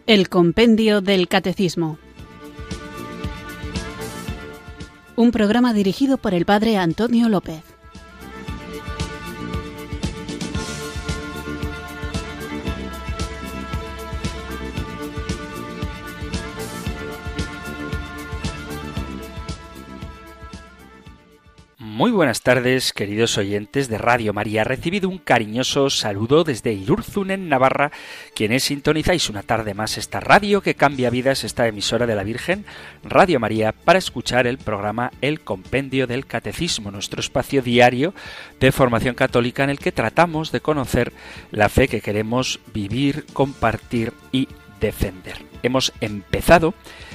El Compendio del Catecismo. Un programa dirigido por el Padre Antonio López. Muy buenas tardes, queridos oyentes de Radio María. Recibido un cariñoso saludo desde Irurzun, en Navarra, quienes sintonizáis una tarde más esta radio que cambia vidas, esta emisora de la Virgen, Radio María, para escuchar el programa El Compendio del Catecismo, nuestro espacio diario de formación católica en el que tratamos de conocer la fe que queremos vivir, compartir y defender. Hemos empezado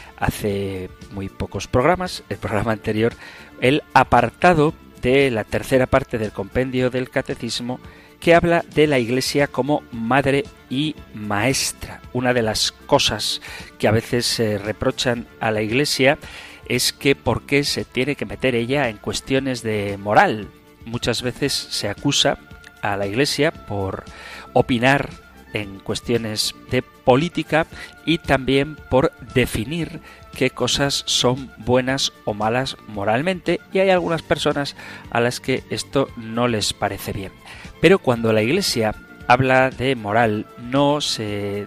hace muy pocos programas, el programa anterior, el apartado de la tercera parte del compendio del Catecismo que habla de la Iglesia como madre y maestra. Una de las cosas que a veces se reprochan a la Iglesia es que por qué se tiene que meter ella en cuestiones de moral. Muchas veces se acusa a la Iglesia por opinar en cuestiones de política y también por definir qué cosas son buenas o malas moralmente, y hay algunas personas a las que esto no les parece bien. Pero cuando la Iglesia habla de moral, no se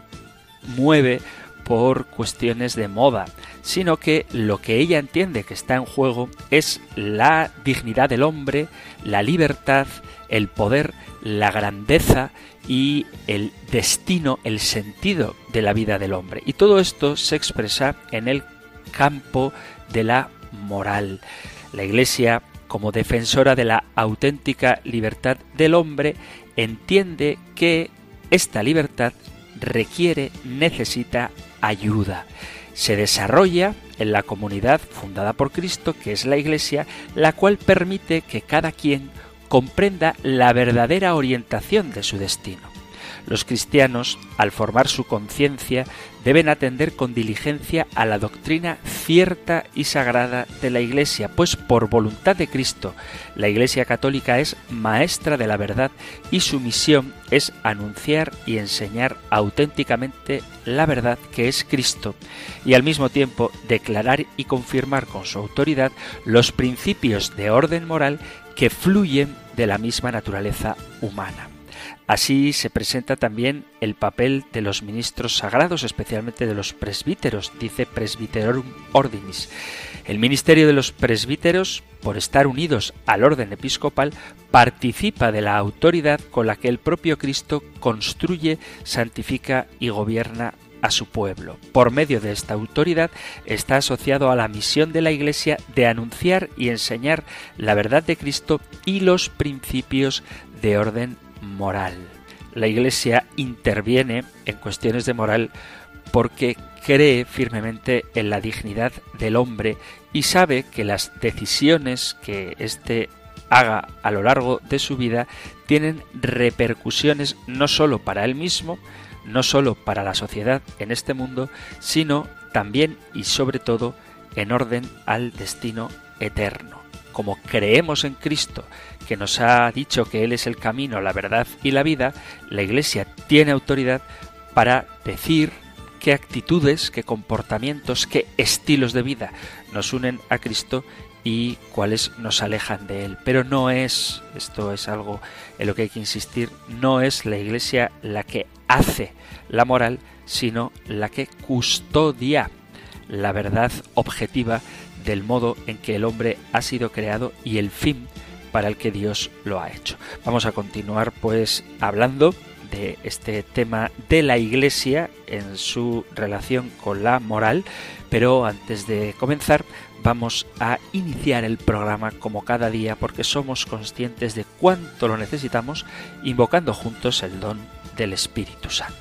mueve por cuestiones de moda, sino que lo que ella entiende que está en juego es la dignidad del hombre, la libertad, el poder, la grandeza y el destino, el sentido de la vida del hombre. Y todo esto se expresa en el campo de la moral. La Iglesia, como defensora de la auténtica libertad del hombre, entiende que esta libertad requiere, necesita ayuda. Se desarrolla en la comunidad fundada por Cristo, que es la Iglesia, la cual permite que cada quien comprenda la verdadera orientación de su destino. Los cristianos, al formar su conciencia, deben atender con diligencia a la doctrina cierta y sagrada de la Iglesia, pues por voluntad de Cristo, la Iglesia católica es maestra de la verdad y su misión es anunciar y enseñar auténticamente la verdad que es Cristo, y al mismo tiempo declarar y confirmar con su autoridad los principios de orden moral que fluyen de la misma naturaleza humana. Así se presenta también el papel de los ministros sagrados, especialmente de los presbíteros, dice Presbyterorum Ordinis. El ministerio de los presbíteros, por estar unidos al orden episcopal, participa de la autoridad con la que el propio Cristo construye, santifica y gobierna a su pueblo. Por medio de esta autoridad está asociado a la misión de la Iglesia de anunciar y enseñar la verdad de Cristo y los principios de orden moral. La Iglesia interviene en cuestiones de moral porque cree firmemente en la dignidad del hombre y sabe que las decisiones que éste haga a lo largo de su vida tienen repercusiones no solo para él mismo, no solo para la sociedad en este mundo, sino también y sobre todo en orden al destino eterno. Como creemos en Cristo, que nos ha dicho que Él es el camino, la verdad y la vida, la Iglesia tiene autoridad para decir qué actitudes, qué comportamientos, qué estilos de vida nos unen a Cristo y cuáles nos alejan de Él. Pero no es, esto es algo en lo que hay que insistir, no es la Iglesia la que hace la moral, sino la que custodia la verdad objetiva del modo en que el hombre ha sido creado y el fin para el que Dios lo ha hecho. Vamos a continuar pues hablando de este tema de la Iglesia en su relación con la moral, pero antes de comenzar vamos a iniciar el programa como cada día porque somos conscientes de cuánto lo necesitamos, invocando juntos el don del Espíritu Santo.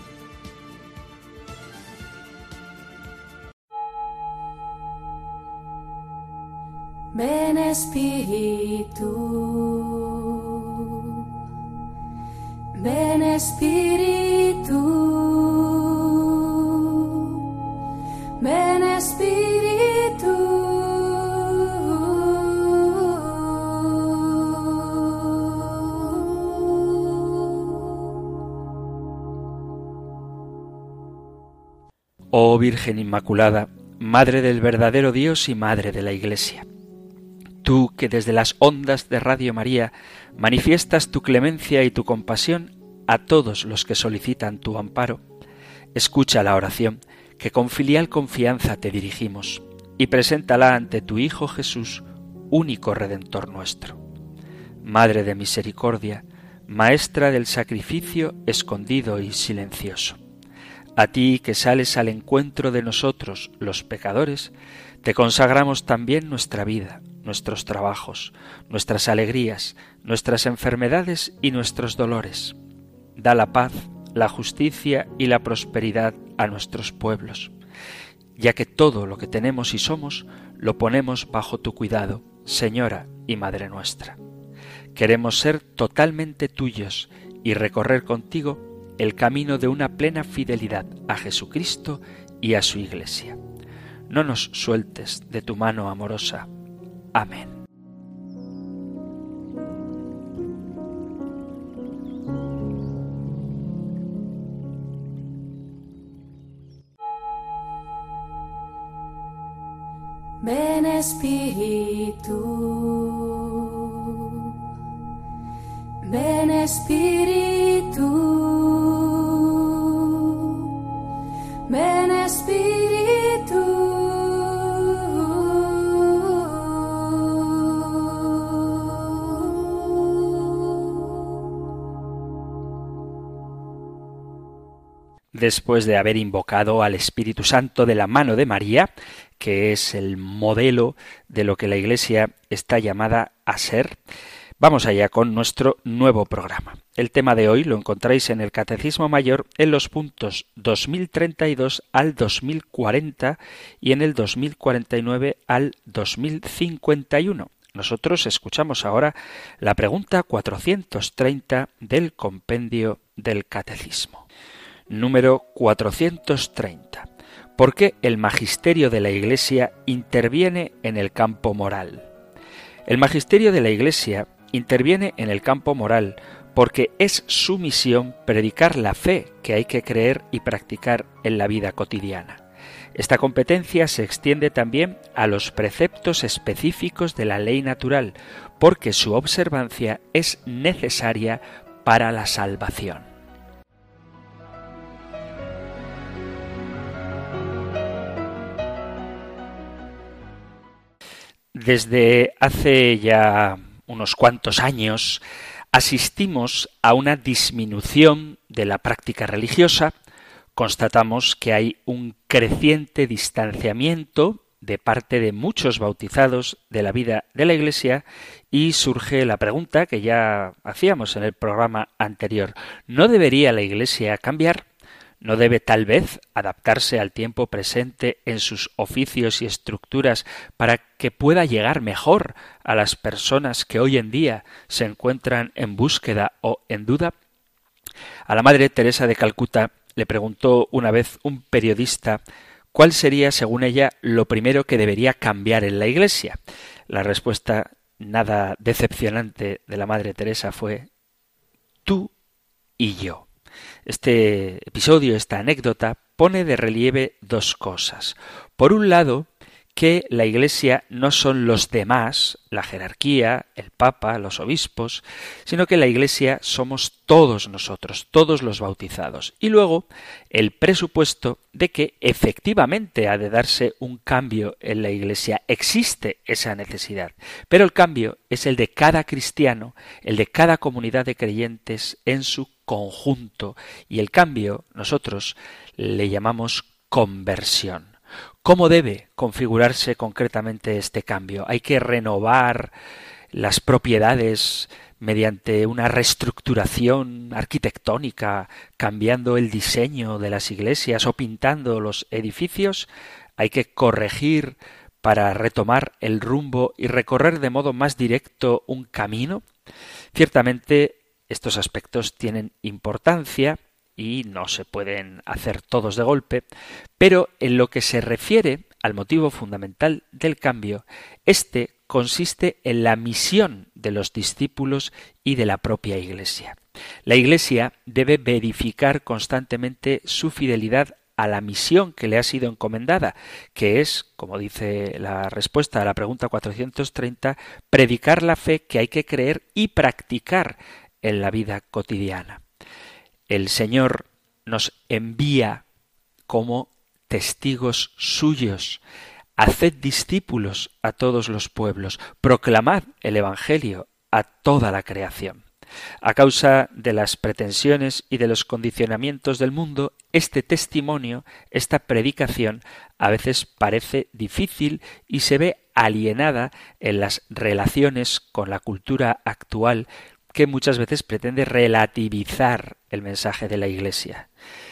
Ven Espíritu, ven Espíritu, ven Espíritu. Oh Virgen Inmaculada, Madre del verdadero Dios y Madre de la Iglesia, tú que desde las ondas de Radio María manifiestas tu clemencia y tu compasión a todos los que solicitan tu amparo, escucha la oración que con filial confianza te dirigimos y preséntala ante tu Hijo Jesús, único Redentor nuestro. Madre de misericordia, Maestra del sacrificio escondido y silencioso, a ti que sales al encuentro de nosotros, los pecadores, te consagramos también nuestra vida, nuestros trabajos, nuestras alegrías, nuestras enfermedades y nuestros dolores. Da la paz, la justicia y la prosperidad a nuestros pueblos, ya que todo lo que tenemos y somos lo ponemos bajo tu cuidado, Señora y Madre nuestra. Queremos ser totalmente tuyos y recorrer contigo el camino de una plena fidelidad a Jesucristo y a su Iglesia. No nos sueltes de tu mano amorosa. Amén. Ven Espíritu, ven Espíritu, ven Espíritu. Después de haber invocado al Espíritu Santo de la mano de María, que es el modelo de lo que la Iglesia está llamada a ser, vamos allá con nuestro nuevo programa. El tema de hoy lo encontráis en el Catecismo Mayor en los puntos 2032 al 2040 y en el 2049 al 2051. Nosotros escuchamos ahora la pregunta 430 del compendio del Catecismo. Número 430. ¿Por qué el magisterio de la Iglesia interviene en el campo moral? El magisterio de la Iglesia interviene en el campo moral porque es su misión predicar la fe que hay que creer y practicar en la vida cotidiana. Esta competencia se extiende también a los preceptos específicos de la ley natural, porque su observancia es necesaria para la salvación. Desde hace ya unos cuantos años asistimos a una disminución de la práctica religiosa, constatamos que hay un creciente distanciamiento de parte de muchos bautizados de la vida de la Iglesia y surge la pregunta que ya hacíamos en el programa anterior: ¿no debería la Iglesia cambiar? ¿No debe tal vez adaptarse al tiempo presente en sus oficios y estructuras para que pueda llegar mejor a las personas que hoy en día se encuentran en búsqueda o en duda? A la Madre Teresa de Calcuta le preguntó una vez un periodista cuál sería, según ella, lo primero que debería cambiar en la Iglesia. La respuesta nada decepcionante de la Madre Teresa fue: tú y yo. Este episodio, esta anécdota, pone de relieve dos cosas. Por un lado, que la Iglesia no son los demás, la jerarquía, el Papa, los obispos, sino que la Iglesia somos todos nosotros, todos los bautizados. Y luego, el presupuesto de que efectivamente ha de darse un cambio en la Iglesia. Existe esa necesidad, pero el cambio es el de cada cristiano, el de cada comunidad de creyentes en su conjunto, y el cambio nosotros le llamamos conversión. ¿Cómo debe configurarse concretamente este cambio? Hay que renovar las propiedades mediante una reestructuración arquitectónica, cambiando el diseño de las iglesias o pintando los edificios. Hay que corregir para retomar el rumbo y recorrer de modo más directo un camino. Ciertamente, estos aspectos tienen importancia y no se pueden hacer todos de golpe, pero en lo que se refiere al motivo fundamental del cambio, este consiste en la misión de los discípulos y de la propia Iglesia. La Iglesia debe verificar constantemente su fidelidad a la misión que le ha sido encomendada, que es, como dice la respuesta a la pregunta 430, predicar la fe que hay que creer y practicar en la vida cotidiana. El Señor nos envía como testigos suyos. Haced discípulos a todos los pueblos, proclamad el Evangelio a toda la creación. A causa de las pretensiones y de los condicionamientos del mundo, este testimonio, esta predicación, a veces parece difícil y se ve alienada en las relaciones con la cultura actual, que muchas veces pretende relativizar el mensaje de la Iglesia.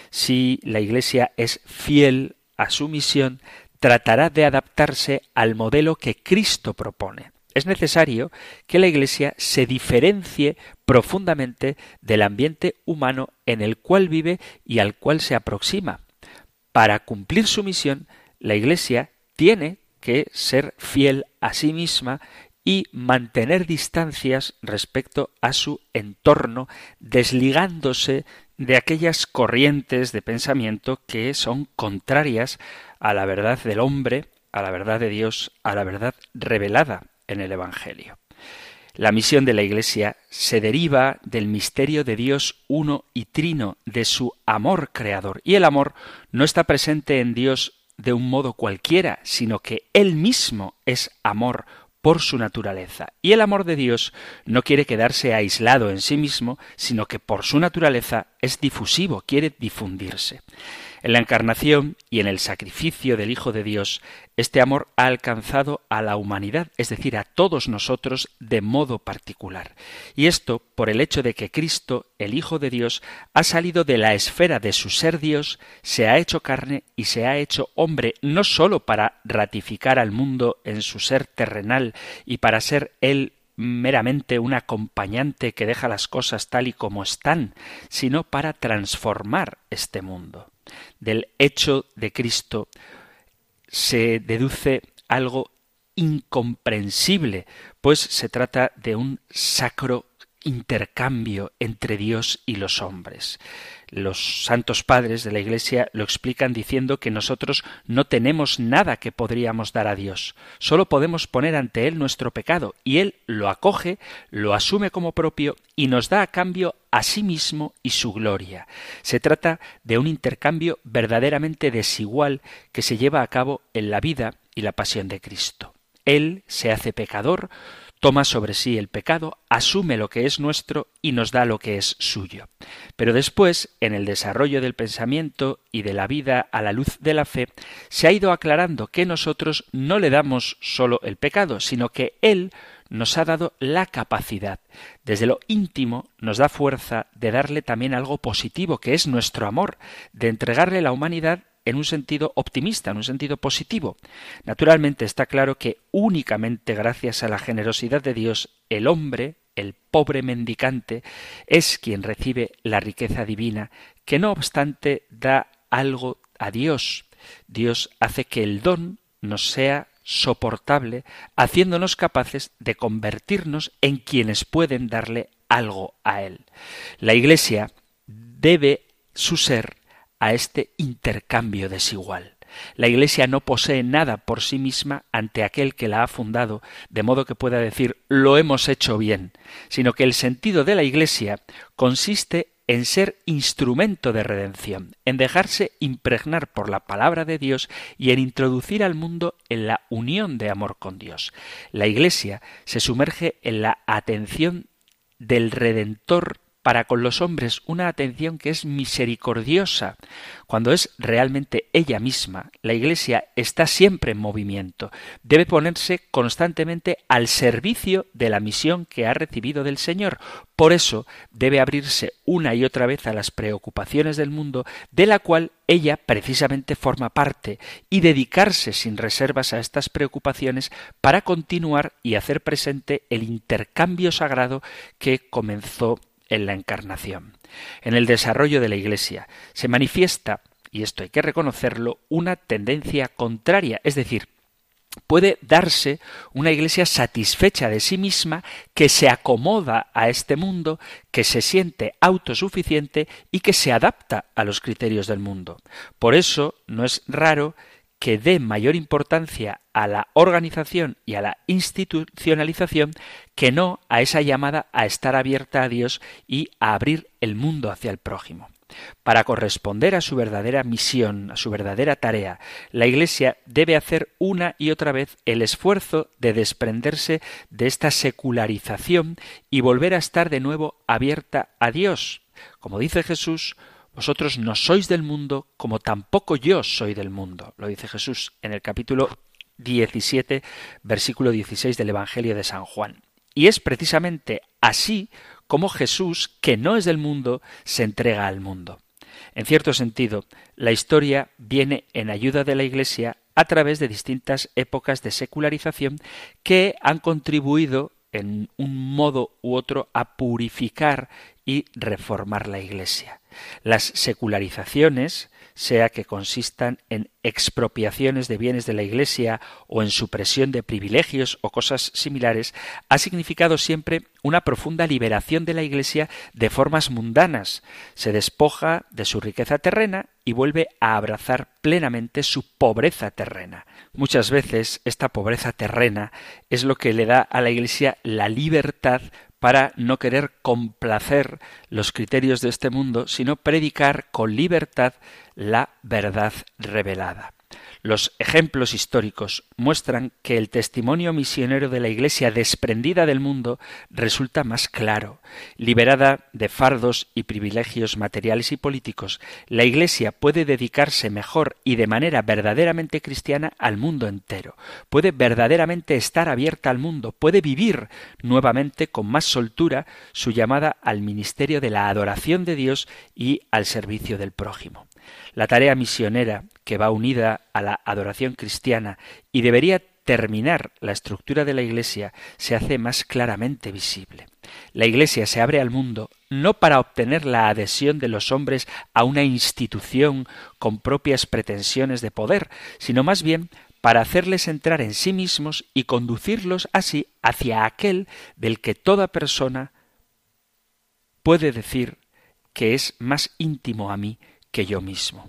Si la Iglesia es fiel a su misión, tratará de adaptarse al modelo que Cristo propone. Es necesario que la Iglesia se diferencie profundamente del ambiente humano en el cual vive y al cual se aproxima. Para cumplir su misión, la Iglesia tiene que ser fiel a sí misma y mantener distancias respecto a su entorno, desligándose de aquellas corrientes de pensamiento que son contrarias a la verdad del hombre, a la verdad de Dios, a la verdad revelada en el Evangelio. La misión de la Iglesia se deriva del misterio de Dios uno y trino, de su amor creador. Y el amor no está presente en Dios de un modo cualquiera, sino que Él mismo es amor por su naturaleza. Y el amor de Dios no quiere quedarse aislado en sí mismo, sino que por su naturaleza es difusivo, quiere difundirse. En la encarnación y en el sacrificio del Hijo de Dios, este amor ha alcanzado a la humanidad, es decir, a todos nosotros de modo particular. Y esto por el hecho de que Cristo, el Hijo de Dios, ha salido de la esfera de su ser Dios, se ha hecho carne y se ha hecho hombre, no sólo para ratificar al mundo en su ser terrenal y para ser Él meramente un acompañante que deja las cosas tal y como están, sino para transformar este mundo. Del hecho de Cristo se deduce algo incomprensible, pues se trata de un sacro intercambio entre Dios y los hombres. Los santos padres de la Iglesia lo explican diciendo que nosotros no tenemos nada que podríamos dar a Dios, solo podemos poner ante Él nuestro pecado, y Él lo acoge, lo asume como propio y nos da a cambio a sí mismo y su gloria. Se trata de un intercambio verdaderamente desigual que se lleva a cabo en la vida y la pasión de Cristo. Él se hace pecador, toma sobre sí el pecado, asume lo que es nuestro y nos da lo que es suyo. Pero después, en el desarrollo del pensamiento y de la vida a la luz de la fe, se ha ido aclarando que nosotros no le damos solo el pecado, sino que Él nos ha dado la capacidad. Desde lo íntimo nos da fuerza de darle también algo positivo, que es nuestro amor, de entregarle la humanidad en un sentido optimista, en un sentido positivo. Naturalmente está claro que únicamente gracias a la generosidad de Dios, el hombre, el pobre mendicante, es quien recibe la riqueza divina, que no obstante da algo a Dios. Dios hace que el don nos sea soportable, haciéndonos capaces de convertirnos en quienes pueden darle algo a Él. La Iglesia debe su ser a este intercambio desigual. La Iglesia no posee nada por sí misma ante aquel que la ha fundado, de modo que pueda decir lo hemos hecho bien, sino que el sentido de la Iglesia consiste en ser instrumento de redención, en dejarse impregnar por la palabra de Dios y en introducir al mundo en la unión de amor con Dios. La Iglesia se sumerge en la atención del Redentor para con los hombres, una atención que es misericordiosa. Cuando es realmente ella misma, la Iglesia está siempre en movimiento. Debe ponerse constantemente al servicio de la misión que ha recibido del Señor. Por eso debe abrirse una y otra vez a las preocupaciones del mundo, de la cual ella precisamente forma parte, y dedicarse sin reservas a estas preocupaciones para continuar y hacer presente el intercambio sagrado que comenzó en la encarnación. En el desarrollo de la Iglesia se manifiesta, y esto hay que reconocerlo, una tendencia contraria, es decir, puede darse una Iglesia satisfecha de sí misma, que se acomoda a este mundo, que se siente autosuficiente y que se adapta a los criterios del mundo. Por eso no es raro que dé mayor importancia a la organización y a la institucionalización que no a esa llamada a estar abierta a Dios y a abrir el mundo hacia el prójimo. Para corresponder a su verdadera misión, a su verdadera tarea, la Iglesia debe hacer una y otra vez el esfuerzo de desprenderse de esta secularización y volver a estar de nuevo abierta a Dios. Como dice Jesús, vosotros no sois del mundo, como tampoco yo soy del mundo. Lo dice Jesús en el capítulo 17, versículo 16 del Evangelio de San Juan. Y es precisamente así como Jesús, que no es del mundo, se entrega al mundo. En cierto sentido, la historia viene en ayuda de la Iglesia a través de distintas épocas de secularización que han contribuido en un modo u otro a purificar y reformar la Iglesia. Las secularizaciones, sea que consistan en expropiaciones de bienes de la Iglesia o en supresión de privilegios o cosas similares, ha significado siempre una profunda liberación de la Iglesia de formas mundanas. Se despoja de su riqueza terrena y vuelve a abrazar plenamente su pobreza terrena. Muchas veces esta pobreza terrena es lo que le da a la Iglesia la libertad para no querer complacer los criterios de este mundo, sino predicar con libertad la verdad revelada. Los ejemplos históricos muestran que el testimonio misionero de la Iglesia desprendida del mundo resulta más claro. Liberada de fardos y privilegios materiales y políticos, la Iglesia puede dedicarse mejor y de manera verdaderamente cristiana al mundo entero. Puede verdaderamente estar abierta al mundo, puede vivir nuevamente con más soltura su llamada al ministerio de la adoración de Dios y al servicio del prójimo. La tarea misionera, que va unida a la adoración cristiana y debería terminar la estructura de la Iglesia, se hace más claramente visible. La Iglesia se abre al mundo no para obtener la adhesión de los hombres a una institución con propias pretensiones de poder, sino más bien para hacerles entrar en sí mismos y conducirlos así hacia aquel del que toda persona puede decir que es más íntimo a mí que yo mismo.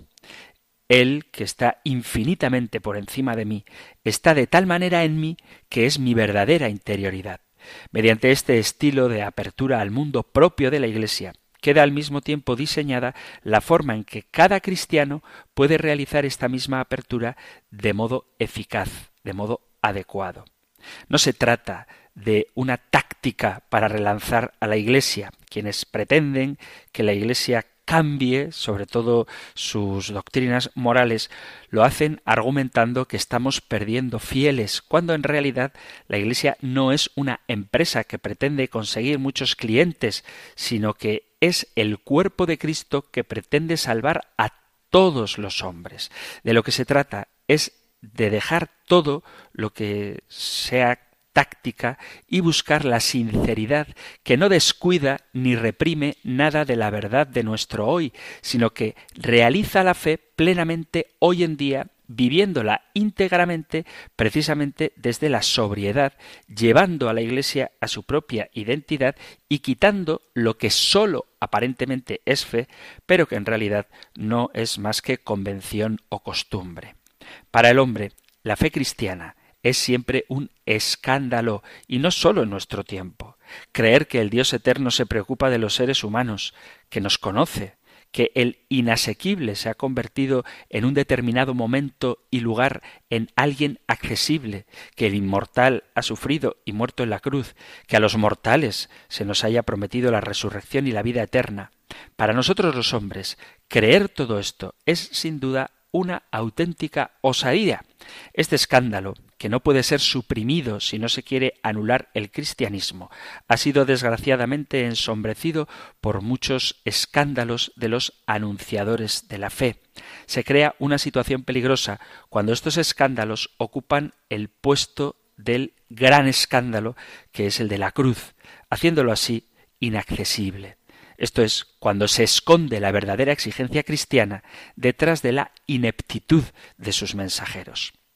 Él, que está infinitamente por encima de mí, está de tal manera en mí que es mi verdadera interioridad. Mediante este estilo de apertura al mundo propio de la Iglesia, queda al mismo tiempo diseñada la forma en que cada cristiano puede realizar esta misma apertura de modo eficaz, de modo adecuado. No se trata de una táctica para relanzar a la Iglesia. Quienes pretenden que la Iglesia cambie, sobre todo sus doctrinas morales, lo hacen argumentando que estamos perdiendo fieles, cuando en realidad la Iglesia no es una empresa que pretende conseguir muchos clientes, sino que es el cuerpo de Cristo que pretende salvar a todos los hombres. De lo que se trata es de dejar todo lo que sea táctica y buscar la sinceridad que no descuida ni reprime nada de la verdad de nuestro hoy, sino que realiza la fe plenamente hoy en día, viviéndola íntegramente precisamente desde la sobriedad, llevando a la Iglesia a su propia identidad y quitando lo que sólo aparentemente es fe, pero que en realidad no es más que convención o costumbre. Para el hombre, la fe cristiana es siempre un escándalo, y no solo en nuestro tiempo. Creer que el Dios eterno se preocupa de los seres humanos, que nos conoce, que el inasequible se ha convertido en un determinado momento y lugar en alguien accesible, que el inmortal ha sufrido y muerto en la cruz, que a los mortales se nos haya prometido la resurrección y la vida eterna. Para nosotros los hombres, creer todo esto es sin duda una auténtica osadía. Este escándalo, que no puede ser suprimido si no se quiere anular el cristianismo, ha sido desgraciadamente ensombrecido por muchos escándalos de los anunciadores de la fe. Se crea una situación peligrosa cuando estos escándalos ocupan el puesto del gran escándalo, que es el de la cruz, haciéndolo así inaccesible. Esto es, cuando se esconde la verdadera exigencia cristiana detrás de la ineptitud de sus mensajeros.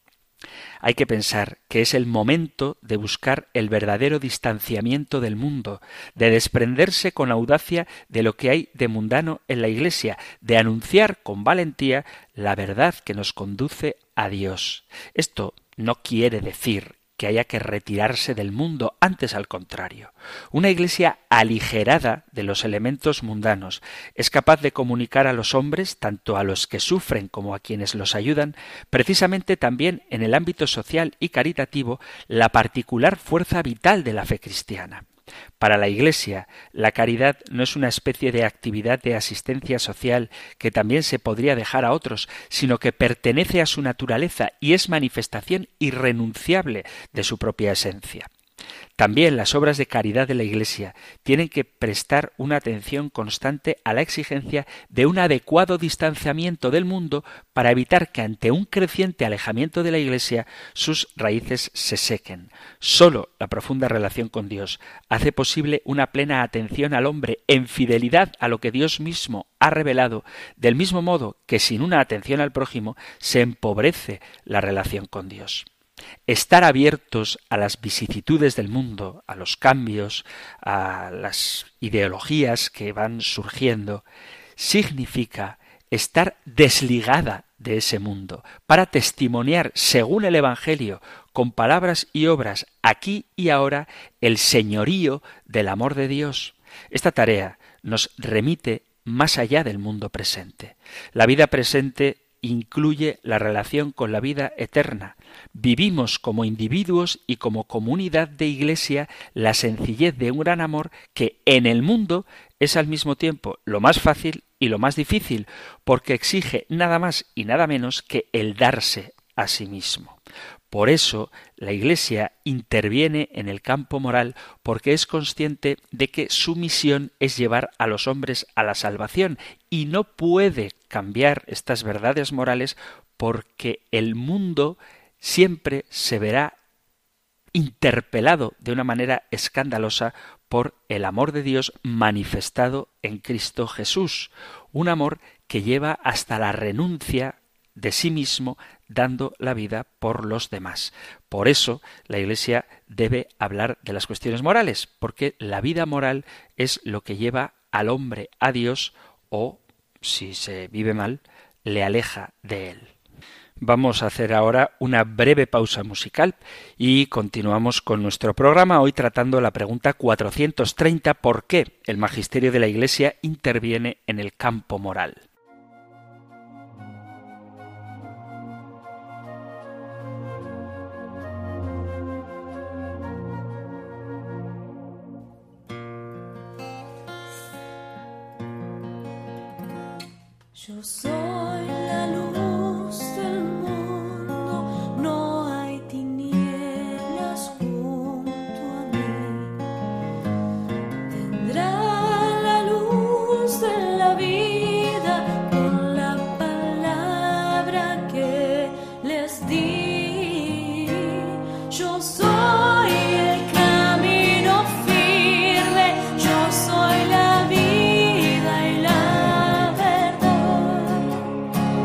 Hay que pensar que es el momento de buscar el verdadero distanciamiento del mundo, de desprenderse con audacia de lo que hay de mundano en la Iglesia, de anunciar con valentía la verdad que nos conduce a Dios. Esto no quiere decir que haya que retirarse del mundo, antes al contrario. Una Iglesia aligerada de los elementos mundanos es capaz de comunicar a los hombres, tanto a los que sufren como a quienes los ayudan, precisamente también en el ámbito social y caritativo, la particular fuerza vital de la fe cristiana. Para la Iglesia, la caridad no es una especie de actividad de asistencia social que también se podría dejar a otros, sino que pertenece a su naturaleza y es manifestación irrenunciable de su propia esencia. También las obras de caridad de la Iglesia tienen que prestar una atención constante a la exigencia de un adecuado distanciamiento del mundo para evitar que ante un creciente alejamiento de la Iglesia sus raíces se sequen. Sólo la profunda relación con Dios hace posible una plena atención al hombre en fidelidad a lo que Dios mismo ha revelado, del mismo modo que sin una atención al prójimo se empobrece la relación con Dios. Estar abiertos a las vicisitudes del mundo, a los cambios, a las ideologías que van surgiendo, significa estar desligada de ese mundo para testimoniar, según el Evangelio, con palabras y obras, aquí y ahora, el señorío del amor de Dios. Esta tarea nos remite más allá del mundo presente. La vida presente incluye la relación con la vida eterna. Vivimos como individuos y como comunidad de Iglesia la sencillez de un gran amor que en el mundo es al mismo tiempo lo más fácil y lo más difícil, porque exige nada más y nada menos que el darse a sí mismo. Por eso la Iglesia interviene en el campo moral, porque es consciente de que su misión es llevar a los hombres a la salvación y no puede cambiar estas verdades morales porque el mundo siempre se verá interpelado de una manera escandalosa por el amor de Dios manifestado en Cristo Jesús, un amor que lleva hasta la renuncia de sí mismo, dando la vida por los demás. Por eso la Iglesia debe hablar de las cuestiones morales, porque la vida moral es lo que lleva al hombre a Dios o, si se vive mal, le aleja de él. Vamos a hacer ahora una breve pausa musical y continuamos con nuestro programa, hoy tratando la pregunta 430, ¿por qué el magisterio de la Iglesia interviene en el campo moral? Yo soy la luz del mundo, no hay tinieblas junto a mí. Tendrá la luz de la vida con la palabra que les di. Yo soy el camino firme, yo soy la vida y la verdad.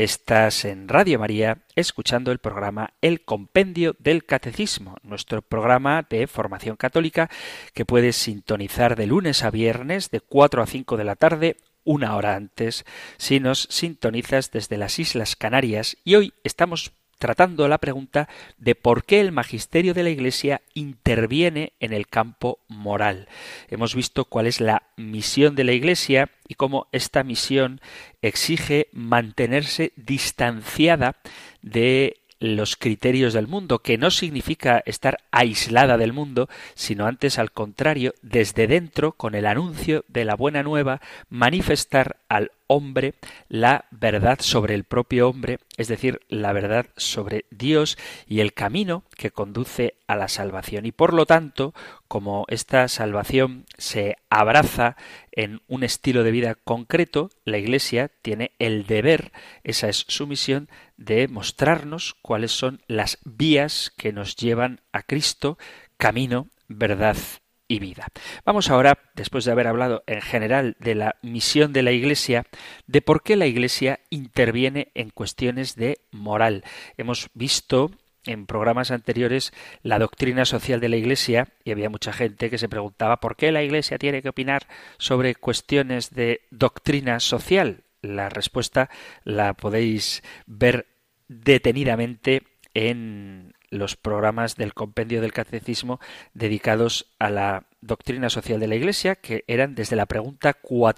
Estás en Radio María escuchando el programa El Compendio del Catecismo, nuestro programa de formación católica que puedes sintonizar de lunes a viernes de 4 a 5 de la tarde, una hora antes, si nos sintonizas desde las Islas Canarias. Y hoy estamos tratando la pregunta de por qué el magisterio de la Iglesia interviene en el campo moral. Hemos visto cuál es la misión de la Iglesia y cómo esta misión exige mantenerse distanciada de los criterios del mundo, que no significa estar aislada del mundo, sino antes al contrario, desde dentro, con el anuncio de la buena nueva, manifestar al hombre la verdad sobre el propio hombre, es decir, la verdad sobre Dios y el camino que conduce a la salvación. Y por lo tanto, como esta salvación se abraza en un estilo de vida concreto, la Iglesia tiene el deber, esa es su misión, de mostrarnos cuáles son las vías que nos llevan a Cristo, camino, verdad y vida. Vamos ahora, después de haber hablado en general de la misión de la Iglesia, de por qué la Iglesia interviene en cuestiones de moral. Hemos visto en programas anteriores la doctrina social de la Iglesia y había mucha gente que se preguntaba por qué la Iglesia tiene que opinar sobre cuestiones de doctrina social. La respuesta la podéis ver detenidamente en los programas del Compendio del Catecismo dedicados a la doctrina social de la Iglesia, que eran desde la pregunta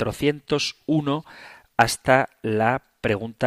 401 hasta la pregunta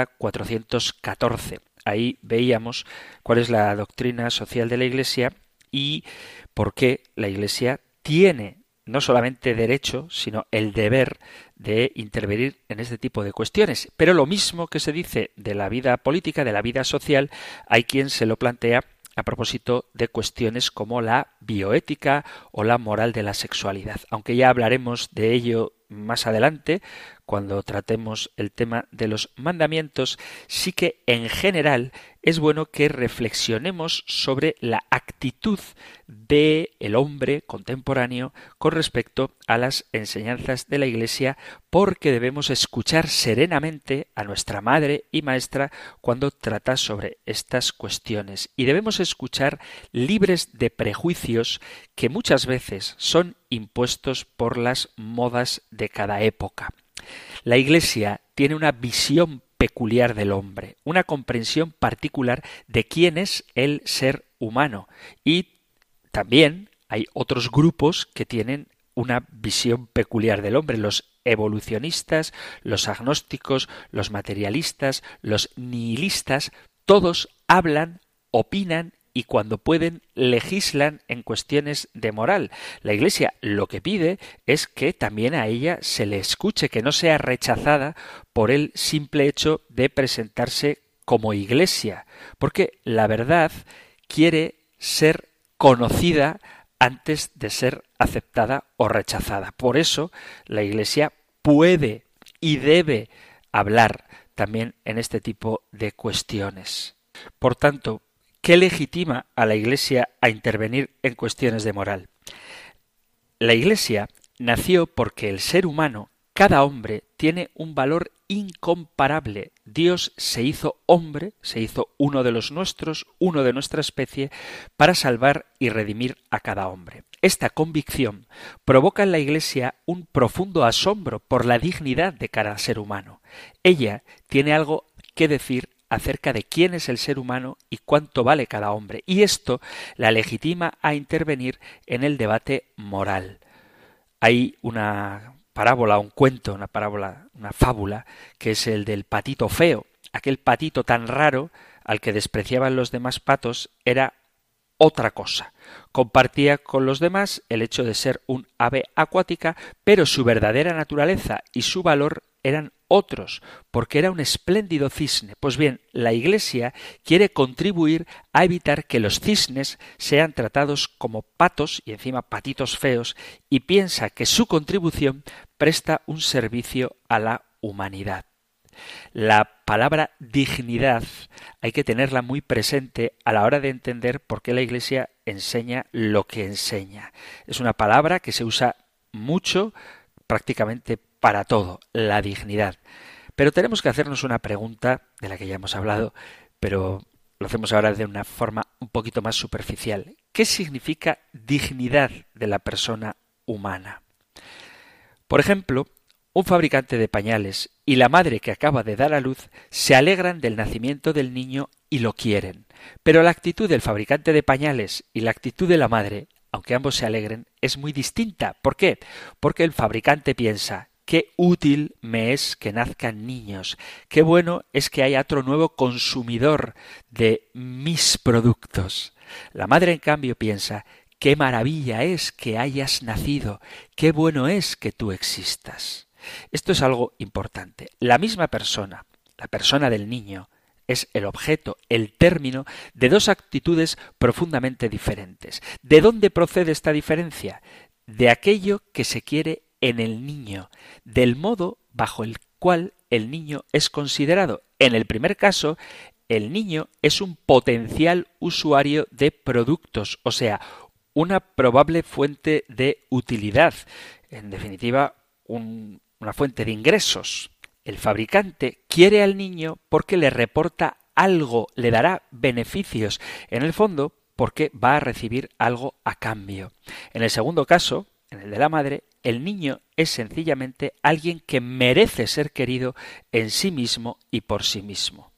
414. Ahí veíamos cuál es la doctrina social de la Iglesia y por qué la Iglesia tiene no solamente derecho, sino el deber de intervenir en este tipo de cuestiones. Pero lo mismo que se dice de la vida política, de la vida social, hay quien se lo plantea a propósito de cuestiones como la bioética o la moral de la sexualidad. Aunque ya hablaremos de ello más adelante, cuando tratemos el tema de los mandamientos, sí que en general es bueno que reflexionemos sobre la actitud del hombre contemporáneo con respecto a las enseñanzas de la Iglesia, porque debemos escuchar serenamente a nuestra madre y maestra cuando trata sobre estas cuestiones. Y debemos escuchar libres de prejuicios que muchas veces son impuestos por las modas de cada época. La Iglesia tiene una visión peculiar del hombre, una comprensión particular de quién es el ser humano. Y también hay otros grupos que tienen una visión peculiar del hombre, los evolucionistas, los agnósticos, los materialistas, los nihilistas, todos hablan, opinan y cuando pueden legislan en cuestiones de moral. La Iglesia lo que pide es que también a ella se le escuche, que no sea rechazada por el simple hecho de presentarse como Iglesia, porque la verdad quiere ser conocida antes de ser aceptada o rechazada. Por eso la Iglesia puede y debe hablar también en este tipo de cuestiones. Por tanto, ¿qué legitima a la Iglesia a intervenir en cuestiones de moral? La Iglesia nació porque el ser humano, cada hombre, tiene un valor incomparable. Dios se hizo hombre, se hizo uno de los nuestros, uno de nuestra especie, para salvar y redimir a cada hombre. Esta convicción provoca en la Iglesia un profundo asombro por la dignidad de cada ser humano. Ella tiene algo que decir acerca de quién es el ser humano y cuánto vale cada hombre, y esto la legitima a intervenir en el debate moral. Hay una parábola, un cuento, una fábula, que es el del patito feo. Aquel patito tan raro al que despreciaban los demás patos era otra cosa. Compartía con los demás el hecho de ser un ave acuática, pero su verdadera naturaleza y su valor eran otros, porque era un espléndido cisne. Pues bien, la Iglesia quiere contribuir a evitar que los cisnes sean tratados como patos, y encima patitos feos, y piensa que su contribución presta un servicio a la humanidad. La palabra dignidad hay que tenerla muy presente a la hora de entender por qué la Iglesia enseña lo que enseña. Es una palabra que se usa mucho, prácticamente para todo, la dignidad. Pero tenemos que hacernos una pregunta de la que ya hemos hablado, pero lo hacemos ahora de una forma un poquito más superficial. ¿Qué significa dignidad de la persona humana? Por ejemplo, un fabricante de pañales y la madre que acaba de dar a luz se alegran del nacimiento del niño y lo quieren. Pero la actitud del fabricante de pañales y la actitud de la madre, aunque ambos se alegren, es muy distinta. ¿Por qué? Porque el fabricante piensa: qué útil me es que nazcan niños, qué bueno es que haya otro nuevo consumidor de mis productos. La madre, en cambio, piensa: qué maravilla es que hayas nacido, qué bueno es que tú existas. Esto es algo importante. La misma persona, la persona del niño, es el objeto, el término de dos actitudes profundamente diferentes. ¿De dónde procede esta diferencia? De aquello que se quiere en el niño, del modo bajo el cual el niño es considerado. En el primer caso, el niño es un potencial usuario de productos, o sea, una probable fuente de utilidad, en definitiva, una fuente de ingresos. El fabricante quiere al niño porque le reporta algo, le dará beneficios, en el fondo porque va a recibir algo a cambio. En el segundo caso, en el de la madre, el niño es sencillamente alguien que merece ser querido en sí mismo y por sí mismo.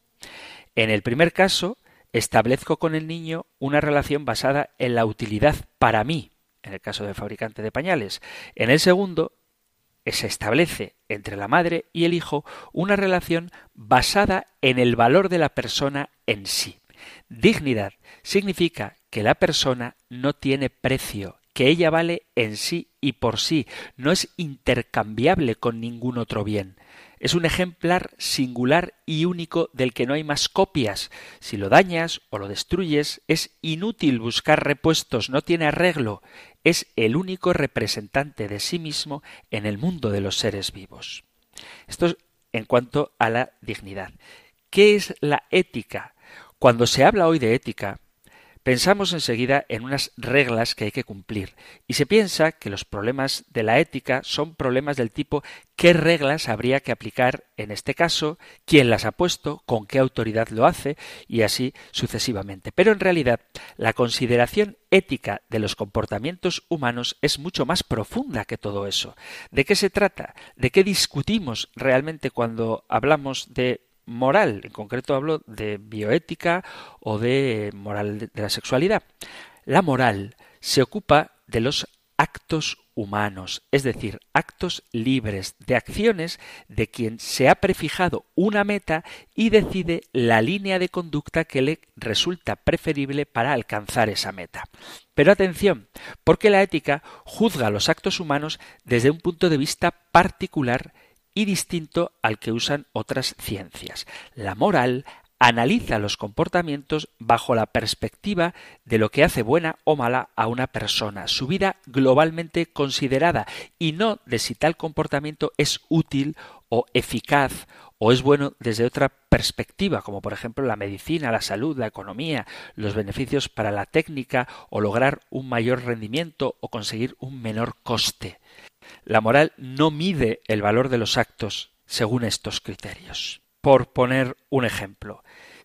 En el primer caso, establezco con el niño una relación basada en la utilidad para mí, en el caso del fabricante de pañales. En el segundo, se establece entre la madre y el hijo una relación basada en el valor de la persona en sí. Dignidad significa que la persona no tiene precio, que ella vale en sí y por sí, no es intercambiable con ningún otro bien. Es un ejemplar singular y único del que no hay más copias. Si lo dañas o lo destruyes, es inútil buscar repuestos, no tiene arreglo. Es el único representante de sí mismo en el mundo de los seres vivos. Esto es en cuanto a la dignidad. ¿Qué es la ética? Cuando se habla hoy de ética, pensamos enseguida en unas reglas que hay que cumplir y se piensa que los problemas de la ética son problemas del tipo ¿qué reglas habría que aplicar en este caso? ¿Quién las ha puesto? ¿Con qué autoridad lo hace? Y así sucesivamente. Pero en realidad la consideración ética de los comportamientos humanos es mucho más profunda que todo eso. ¿De qué se trata? ¿De qué discutimos realmente cuando hablamos de moral? En concreto hablo de bioética o de moral de la sexualidad. La moral se ocupa de los actos humanos, es decir, actos libres de acciones de quien se ha prefijado una meta y decide la línea de conducta que le resulta preferible para alcanzar esa meta. Pero atención, porque la ética juzga los actos humanos desde un punto de vista particular y distinto al que usan otras ciencias. La moral analiza los comportamientos bajo la perspectiva de lo que hace buena o mala a una persona, su vida globalmente considerada, y no de si tal comportamiento es útil o eficaz o es bueno desde otra perspectiva, como por ejemplo la medicina, la salud, la economía, los beneficios para la técnica o lograr un mayor rendimiento o conseguir un menor coste. La moral no mide el valor de los actos según estos criterios. Por poner un ejemplo,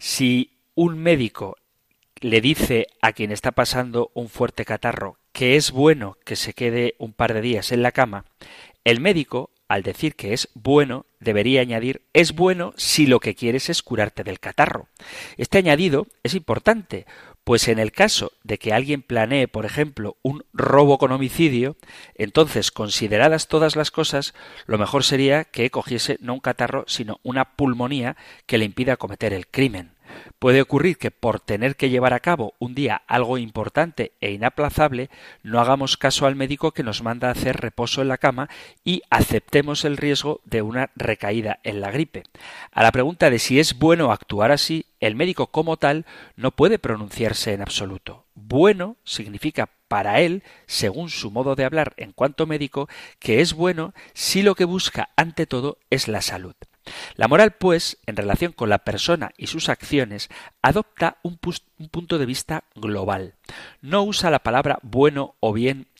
si un médico le dice a quien está pasando un fuerte catarro que es bueno que se quede un par de días en la cama, el médico, al decir que es bueno, debería añadir es bueno si lo que quieres es curarte del catarro. Este añadido es importante, pues en el caso de que alguien planee, por ejemplo, un robo con homicidio, entonces, consideradas todas las cosas, lo mejor sería que cogiese no un catarro, sino una pulmonía que le impida cometer el crimen. Puede ocurrir que por tener que llevar a cabo un día algo importante e inaplazable, no hagamos caso al médico que nos manda a hacer reposo en la cama y aceptemos el riesgo de una recaída en la gripe. A la pregunta de si es bueno actuar así, el médico como tal no puede pronunciarse en absoluto. Bueno significa para él, según su modo de hablar en cuanto médico, que es bueno si lo que busca ante todo es la salud. La moral, pues, en relación con la persona y sus acciones, adopta un punto de vista global. No usa la palabra bueno o bien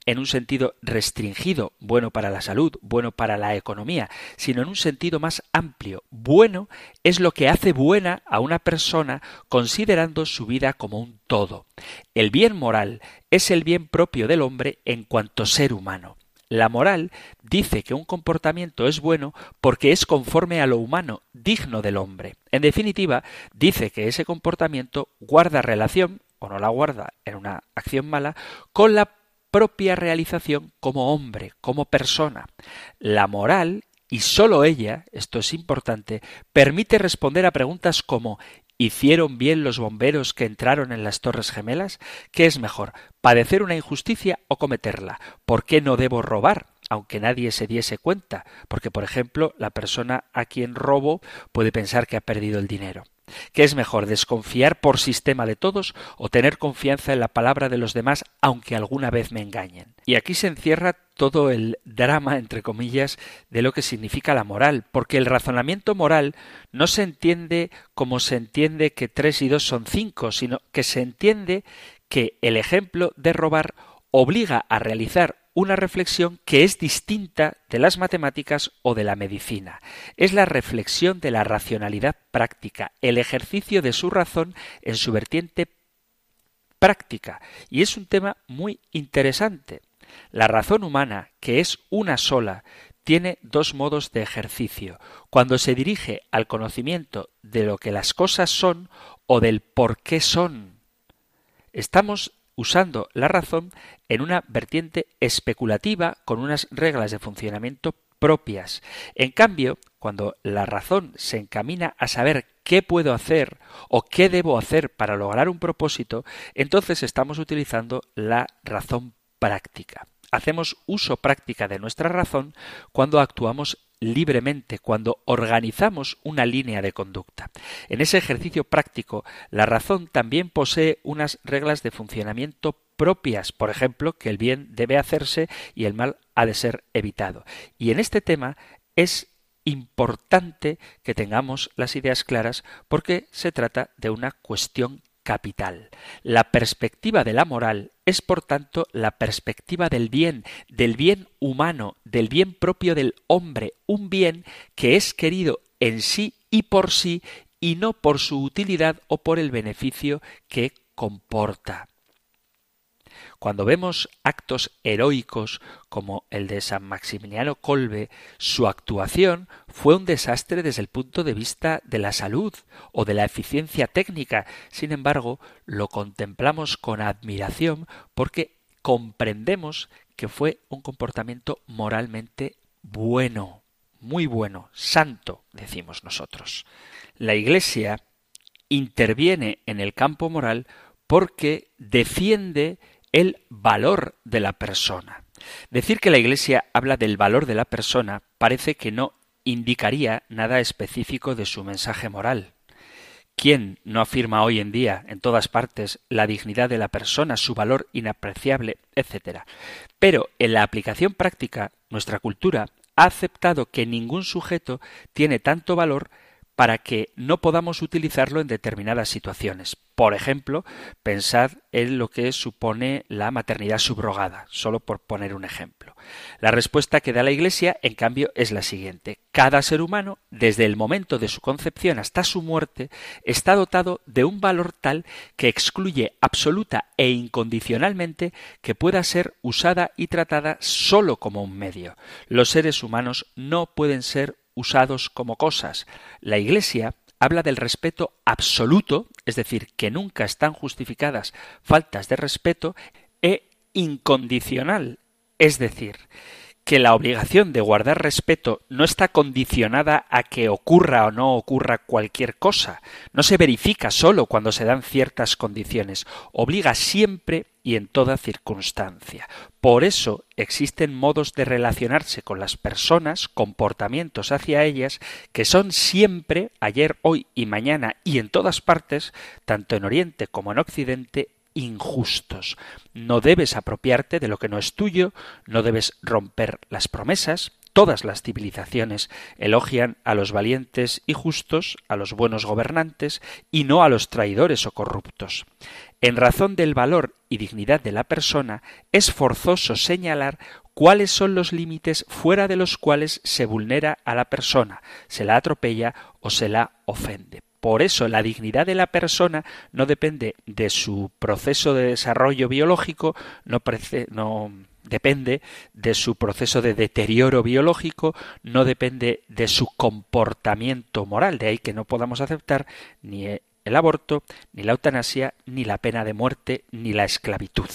en un sentido restringido, bueno para la salud, bueno para la economía, sino en un sentido más amplio. Bueno es lo que hace buena a una persona considerando su vida como un todo. El bien moral es el bien propio del hombre en cuanto ser humano. La moral dice que un comportamiento es bueno porque es conforme a lo humano, digno del hombre. En definitiva, dice que ese comportamiento guarda relación, o no la guarda en una acción mala, con la propia realización como hombre, como persona. La moral, y sólo ella, esto es importante, permite responder a preguntas como ¿hicieron bien los bomberos que entraron en las Torres Gemelas? ¿Qué es mejor, padecer una injusticia o cometerla? ¿Por qué no debo robar, aunque nadie se diese cuenta? Porque, por ejemplo, la persona a quien robo puede pensar que ha perdido el dinero. ¿Qué es mejor, desconfiar por sistema de todos o tener confianza en la palabra de los demás, aunque alguna vez me engañen? Y aquí se encierra todo el drama, entre comillas, de lo que significa la moral, porque el razonamiento moral no se entiende como se entiende que 3 y 2 son 5, sino que se entiende que el ejemplo de robar obliga a realizar una reflexión que es distinta de las matemáticas o de la medicina. Es la reflexión de la racionalidad práctica, el ejercicio de su razón en su vertiente práctica. Y es un tema muy interesante. La razón humana, que es una sola, tiene 2 modos de ejercicio. Cuando se dirige al conocimiento de lo que las cosas son o del por qué son. Estamos usando la razón en una vertiente especulativa con unas reglas de funcionamiento propias. En cambio, cuando la razón se encamina a saber qué puedo hacer o qué debo hacer para lograr un propósito, entonces estamos utilizando la razón práctica. Hacemos uso práctica de nuestra razón cuando actuamos libremente, cuando organizamos una línea de conducta. En ese ejercicio práctico, la razón también posee unas reglas de funcionamiento propias, por ejemplo, que el bien debe hacerse y el mal ha de ser evitado. Y en este tema es importante que tengamos las ideas claras porque se trata de una cuestión capital. La perspectiva de la moral es, por tanto, la perspectiva del bien humano, del bien propio del hombre, un bien que es querido en sí y por sí y no por su utilidad o por el beneficio que comporta. Cuando vemos actos heroicos como el de San Maximiliano Kolbe, su actuación fue un desastre desde el punto de vista de la salud o de la eficiencia técnica. Sin embargo, lo contemplamos con admiración porque comprendemos que fue un comportamiento moralmente bueno, muy bueno, santo, decimos nosotros. La Iglesia interviene en el campo moral porque defiende el valor de la persona. Decir que la Iglesia habla del valor de la persona parece que no indicaría nada específico de su mensaje moral. ¿Quién no afirma hoy en día en todas partes la dignidad de la persona, su valor inapreciable, etcétera? Pero en la aplicación práctica, nuestra cultura ha aceptado que ningún sujeto tiene tanto valor para que no podamos utilizarlo en determinadas situaciones. Por ejemplo, pensad en lo que supone la maternidad subrogada, solo por poner un ejemplo. La respuesta que da la Iglesia, en cambio, es la siguiente. Cada ser humano, desde el momento de su concepción hasta su muerte, está dotado de un valor tal que excluye absoluta e incondicionalmente que pueda ser usada y tratada solo como un medio. Los seres humanos no pueden ser usados como cosas. La Iglesia habla del respeto absoluto, es decir, que nunca están justificadas faltas de respeto, e incondicional, es decir, que la obligación de guardar respeto no está condicionada a que ocurra o no ocurra cualquier cosa, no se verifica solo cuando se dan ciertas condiciones, obliga siempre y en toda circunstancia. Por eso existen modos de relacionarse con las personas, comportamientos hacia ellas, que son siempre, ayer, hoy y mañana y en todas partes, tanto en Oriente como en Occidente, injustos. No debes apropiarte de lo que no es tuyo, no debes romper las promesas, Todas las civilizaciones elogian a los valientes y justos, a los buenos gobernantes, y no a los traidores o corruptos. En razón del valor y dignidad de la persona, es forzoso señalar cuáles son los límites fuera de los cuales se vulnera a la persona, se la atropella o se la ofende. Por eso la dignidad de la persona no depende de su proceso de desarrollo biológico, no depende de su proceso de deterioro biológico, no depende de su comportamiento moral. De ahí que no podamos aceptar ni el aborto, ni la eutanasia, ni la pena de muerte, ni la esclavitud.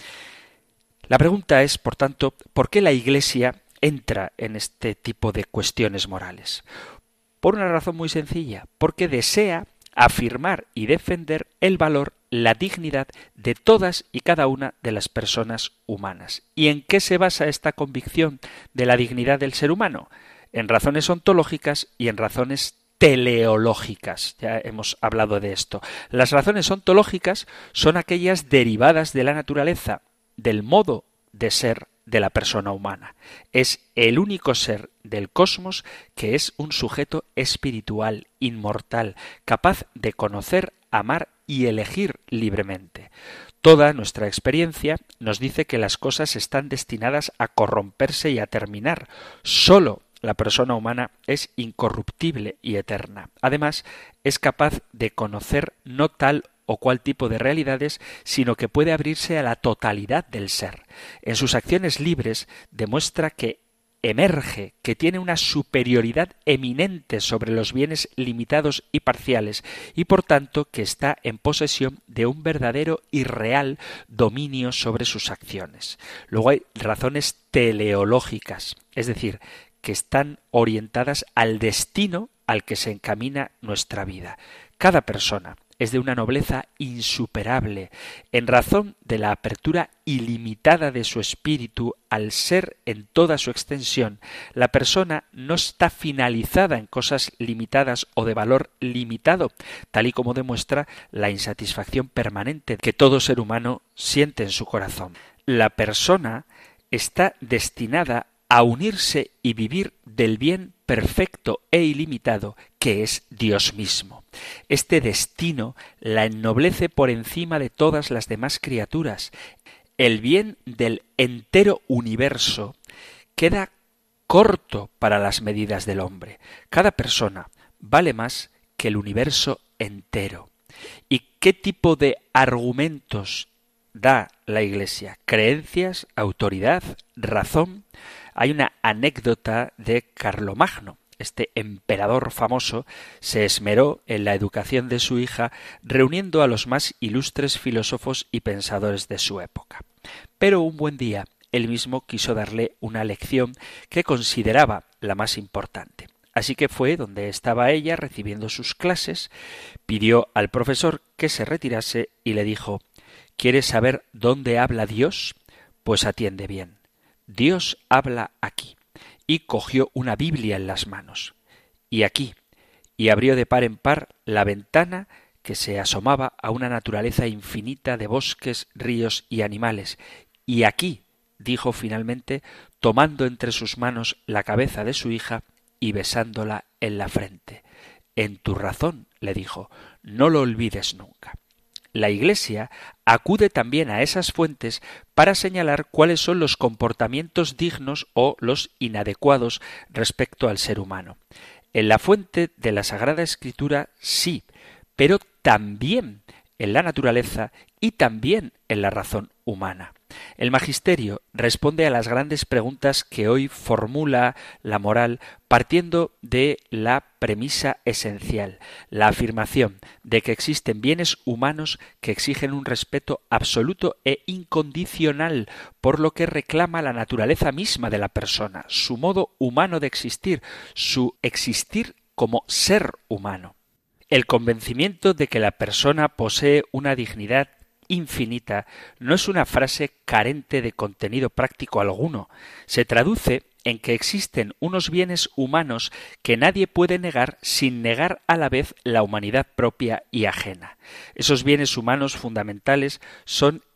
La pregunta es, por tanto, ¿por qué la Iglesia entra en este tipo de cuestiones morales? Por una razón muy sencilla, porque desea afirmar y defender el valor, la dignidad de todas y cada una de las personas humanas. ¿Y en qué se basa esta convicción de la dignidad del ser humano? En razones ontológicas y en razones teleológicas. Ya hemos hablado de esto. Las razones ontológicas son aquellas derivadas de la naturaleza, del modo de ser de la persona humana. Es el único ser del cosmos que es un sujeto espiritual, inmortal, capaz de conocer, amar y elegir libremente. Toda nuestra experiencia nos dice que las cosas están destinadas a corromperse y a terminar. Solo la persona humana es incorruptible y eterna. Además, es capaz de conocer no tal o cual tipo de realidades, sino que puede abrirse a la totalidad del ser. En sus acciones libres demuestra que emerge, que tiene una superioridad eminente sobre los bienes limitados y parciales, y por tanto que está en posesión de un verdadero y real dominio sobre sus acciones. Luego hay razones teleológicas, es decir, que están orientadas al destino al que se encamina nuestra vida. Cada persona es de una nobleza insuperable, en razón de la apertura ilimitada de su espíritu al ser en toda su extensión. La persona no está finalizada en cosas limitadas o de valor limitado, tal y como demuestra la insatisfacción permanente que todo ser humano siente en su corazón. La persona está destinada a unirse y vivir del bien perfecto e ilimitado que es Dios mismo. Este destino la ennoblece por encima de todas las demás criaturas. El bien del entero universo queda corto para las medidas del hombre. Cada persona vale más que el universo entero. ¿Y qué tipo de argumentos da la Iglesia? ¿Creencias, autoridad, razón? Hay una anécdota de Carlomagno. Este emperador famoso se esmeró en la educación de su hija, reuniendo a los más ilustres filósofos y pensadores de su época. Pero un buen día, él mismo quiso darle una lección que consideraba la más importante. Así que fue donde estaba ella recibiendo sus clases, pidió al profesor que se retirase y le dijo: ¿Quieres saber dónde habla Dios? Pues atiende bien. Dios habla aquí. Y cogió una Biblia en las manos. Y aquí. Y abrió de par en par la ventana que se asomaba a una naturaleza infinita de bosques, ríos y animales. Y aquí, dijo finalmente, tomando entre sus manos la cabeza de su hija y besándola en la frente. En tu razón, le dijo, no lo olvides nunca. La Iglesia acude también a esas fuentes para señalar cuáles son los comportamientos dignos o los inadecuados respecto al ser humano. En la fuente de la Sagrada Escritura sí, pero también en la naturaleza y también en la razón humana. El magisterio responde a las grandes preguntas que hoy formula la moral partiendo de la premisa esencial, la afirmación de que existen bienes humanos que exigen un respeto absoluto e incondicional, por lo que reclama la naturaleza misma de la persona, su modo humano de existir, su existir como ser humano. El convencimiento de que la persona posee una dignidad infinita no es una frase carente de contenido práctico alguno. Se traduce en que existen unos bienes humanos que nadie puede negar sin negar a la vez la humanidad propia y ajena. Esos bienes humanos fundamentales son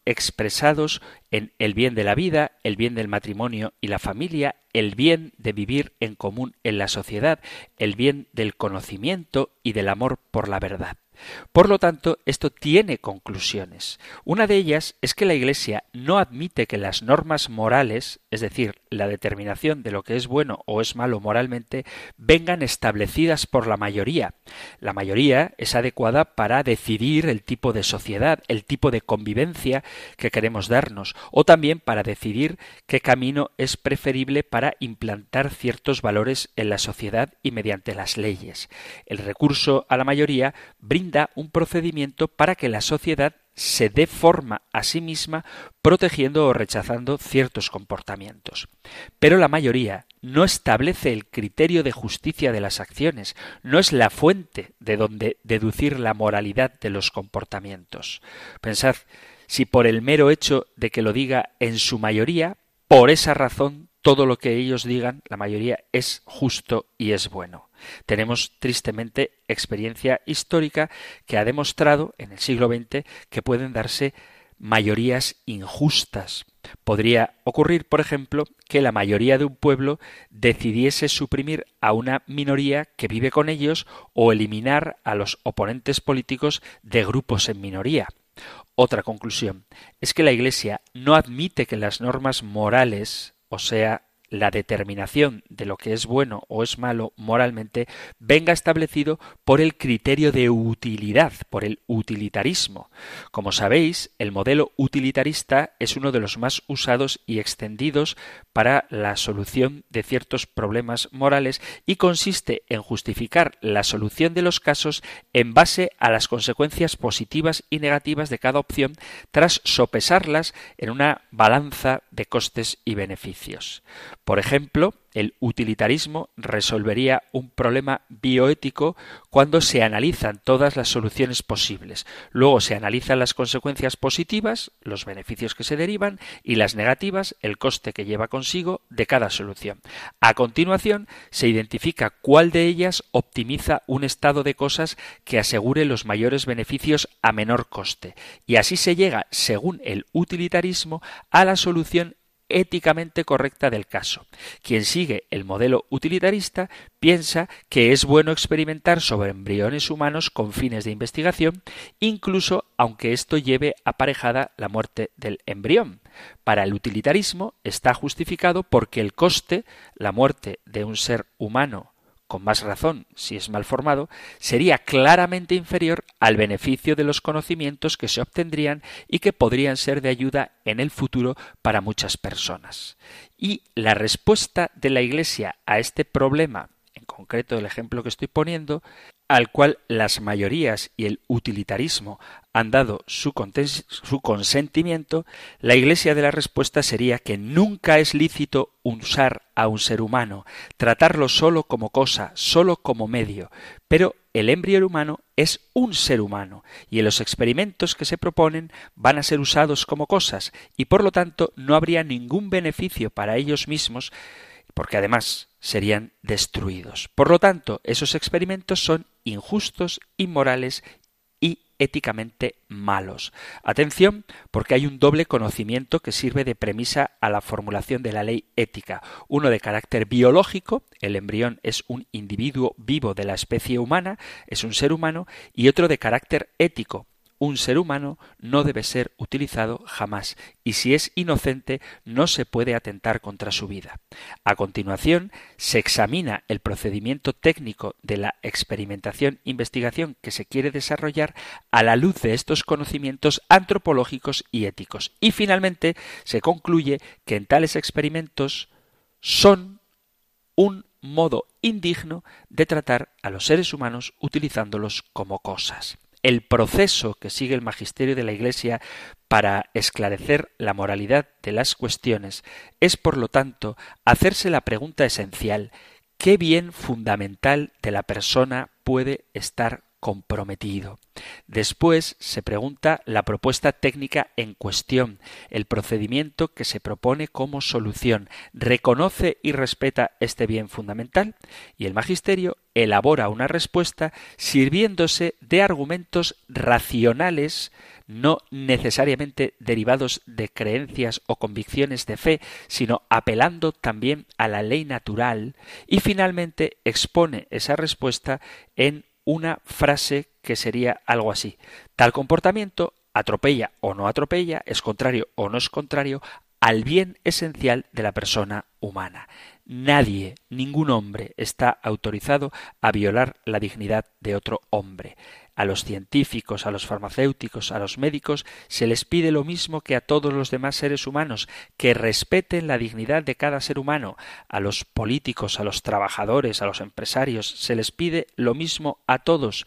expresados en el bien de la vida, el bien del matrimonio y la familia, el bien de vivir en común en la sociedad, el bien del conocimiento y del amor por la verdad. Por lo tanto, esto tiene conclusiones. Una de ellas es que la Iglesia no admite que las normas morales, es decir, la determinación de lo que es bueno o es malo moralmente, vengan establecidas por la mayoría. La mayoría es adecuada para decidir el tipo de sociedad, el tipo de convivencia que queremos darnos, o también para decidir qué camino es preferible para implantar ciertos valores en la sociedad y mediante las leyes. El recurso a la mayoría brinda un procedimiento para que la sociedad se dé forma a sí misma protegiendo o rechazando ciertos comportamientos. Pero la mayoría no establece el criterio de justicia de las acciones, no es la fuente de donde deducir la moralidad de los comportamientos. Pensad, si por el mero hecho de que lo diga en su mayoría, por esa razón todo lo que ellos digan, la mayoría, es justo y es bueno. Tenemos tristemente experiencia histórica que ha demostrado en el siglo XX que pueden darse mayorías injustas. Podría ocurrir, por ejemplo, que la mayoría de un pueblo decidiese suprimir a una minoría que vive con ellos o eliminar a los oponentes políticos de grupos en minoría. Otra conclusión es que la Iglesia no admite que las normas morales, o sea, la determinación de lo que es bueno o es malo moralmente, venga establecido por el criterio de utilidad, por el utilitarismo. Como sabéis, el modelo utilitarista es uno de los más usados y extendidos para la solución de ciertos problemas morales y consiste en justificar la solución de los casos en base a las consecuencias positivas y negativas de cada opción tras sopesarlas en una balanza de costes y beneficios. Por ejemplo, el utilitarismo resolvería un problema bioético cuando se analizan todas las soluciones posibles. Luego se analizan las consecuencias positivas, los beneficios que se derivan, y las negativas, el coste que lleva consigo de cada solución. A continuación, se identifica cuál de ellas optimiza un estado de cosas que asegure los mayores beneficios a menor coste. Y así se llega, según el utilitarismo, a la solución éticamente correcta del caso. Quien sigue el modelo utilitarista piensa que es bueno experimentar sobre embriones humanos con fines de investigación, incluso aunque esto lleve aparejada la muerte del embrión. Para el utilitarismo está justificado porque el coste, la muerte de un ser humano, con más razón si es mal formado, sería claramente inferior al beneficio de los conocimientos que se obtendrían y que podrían ser de ayuda en el futuro para muchas personas. Y la respuesta de la Iglesia a este problema, en concreto el ejemplo que estoy poniendo, al cual las mayorías y el utilitarismo han dado su consentimiento, la Iglesia de la respuesta sería que nunca es lícito usar a un ser humano, tratarlo solo como cosa, solo como medio, pero el embrión humano es un ser humano y en los experimentos que se proponen van a ser usados como cosas y por lo tanto no habría ningún beneficio para ellos mismos porque además serían destruidos. Por lo tanto, esos experimentos son injustos, inmorales y éticamente malos. Atención, porque hay un doble conocimiento que sirve de premisa a la formulación de la ley ética. Uno de carácter biológico, el embrión es un individuo vivo de la especie humana, es un ser humano, y otro de carácter ético. Un ser humano no debe ser utilizado jamás y si es inocente no se puede atentar contra su vida. A continuación, se examina el procedimiento técnico de la experimentación-investigación que se quiere desarrollar a la luz de estos conocimientos antropológicos y éticos. Y finalmente, se concluye que en tales experimentos son un modo indigno de tratar a los seres humanos utilizándolos como cosas. El proceso que sigue el magisterio de la Iglesia para esclarecer la moralidad de las cuestiones es, por lo tanto, hacerse la pregunta esencial: ¿qué bien fundamental de la persona puede estar comprometido. Después se pregunta la propuesta técnica en cuestión, el procedimiento que se propone como solución. ¿Reconoce y respeta este bien fundamental? Y el magisterio elabora una respuesta sirviéndose de argumentos racionales, no necesariamente derivados de creencias o convicciones de fe, sino apelando también a la ley natural, y finalmente expone esa respuesta en una frase que sería algo así: tal comportamiento atropella o no atropella, es contrario o no es contrario al bien esencial de la persona humana. Nadie, ningún hombre está autorizado a violar la dignidad de otro hombre. A los científicos, a los farmacéuticos, a los médicos se les pide lo mismo que a todos los demás seres humanos, que respeten la dignidad de cada ser humano. A los políticos, a los trabajadores, a los empresarios se les pide lo mismo a todos.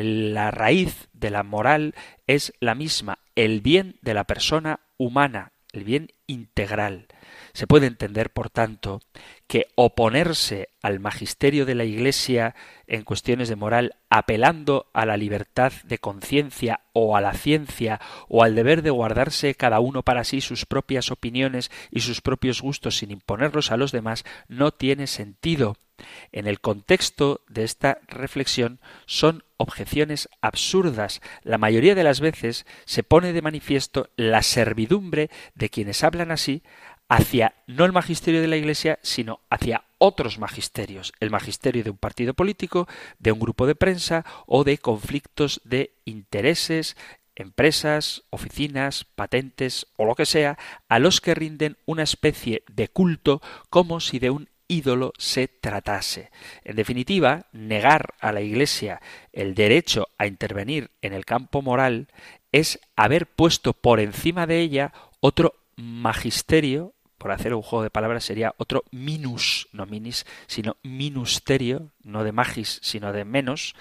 La raíz de la moral es la misma, el bien de la persona humana, el bien integral. Se puede entender, por tanto, que oponerse al magisterio de la Iglesia en cuestiones de moral, apelando a la libertad de conciencia o a la ciencia o al deber de guardarse cada uno para sí sus propias opiniones y sus propios gustos sin imponerlos a los demás, no tiene sentido. En el contexto de esta reflexión son objeciones absurdas. La mayoría de las veces se pone de manifiesto la servidumbre de quienes hablan así hacia no el magisterio de la Iglesia, sino hacia otros magisterios, el magisterio de un partido político, de un grupo de prensa o de conflictos de intereses, empresas, oficinas, patentes o lo que sea, a los que rinden una especie de culto como si de un ídolo se tratase. En definitiva, negar a la Iglesia el derecho a intervenir en el campo moral es haber puesto por encima de ella otro magisterio. Por hacer un juego de palabras sería otro minus, no minis, sino minusterio, no de magis, sino de menos,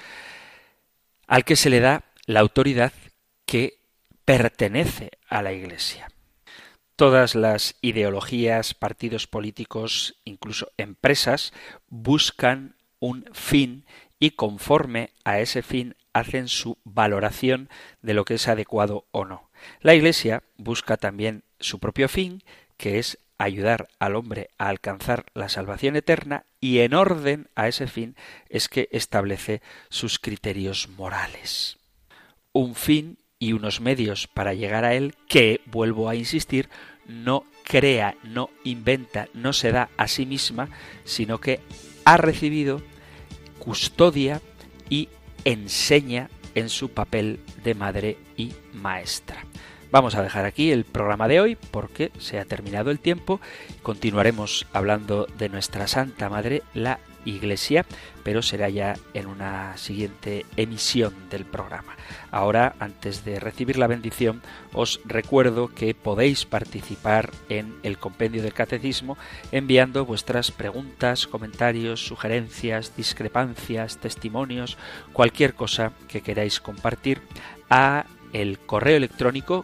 al que se le da la autoridad que pertenece a la Iglesia. Todas las ideologías, partidos políticos, incluso empresas, buscan un fin y conforme a ese fin hacen su valoración de lo que es adecuado o no. La Iglesia busca también su propio fin, que es ayudar al hombre a alcanzar la salvación eterna, y en orden a ese fin es que establece sus criterios morales. Un fin y unos medios para llegar a él que, vuelvo a insistir, no crea, no inventa, no se da a sí misma, sino que ha recibido, custodia y enseña en su papel de madre y maestra. Vamos a dejar aquí el programa de hoy porque se ha terminado el tiempo. Continuaremos hablando de nuestra Santa Madre, la Iglesia, pero será ya en una siguiente emisión del programa. Ahora, antes de recibir la bendición, os recuerdo que podéis participar en el compendio del Catecismo enviando vuestras preguntas, comentarios, sugerencias, discrepancias, testimonios, cualquier cosa que queráis compartir a el correo electrónico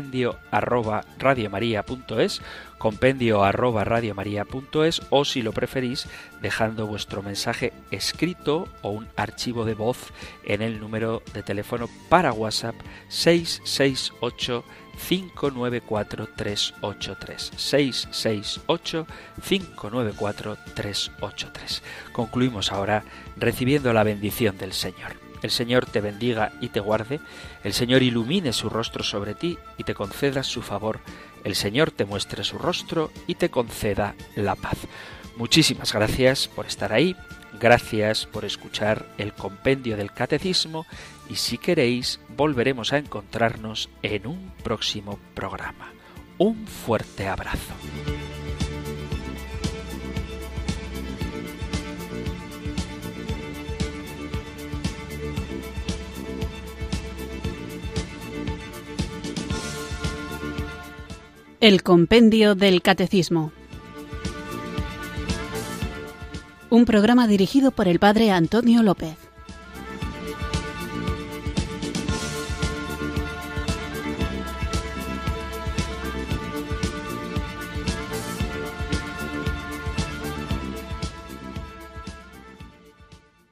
compendio@radiomaria.es, compendio@radiomaria.es, o si lo preferís, dejando vuestro mensaje escrito o un archivo de voz en el número de teléfono para WhatsApp 668 594 383, 668 594 383. Concluimos ahora recibiendo la bendición del Señor. El Señor te bendiga y te guarde, el Señor ilumine su rostro sobre ti y te conceda su favor, el Señor te muestre su rostro y te conceda la paz. Muchísimas gracias por estar ahí, gracias por escuchar el compendio del Catecismo, y si queréis volveremos a encontrarnos en un próximo programa. Un fuerte abrazo. El compendio del Catecismo. Un programa dirigido por el Padre Antonio López.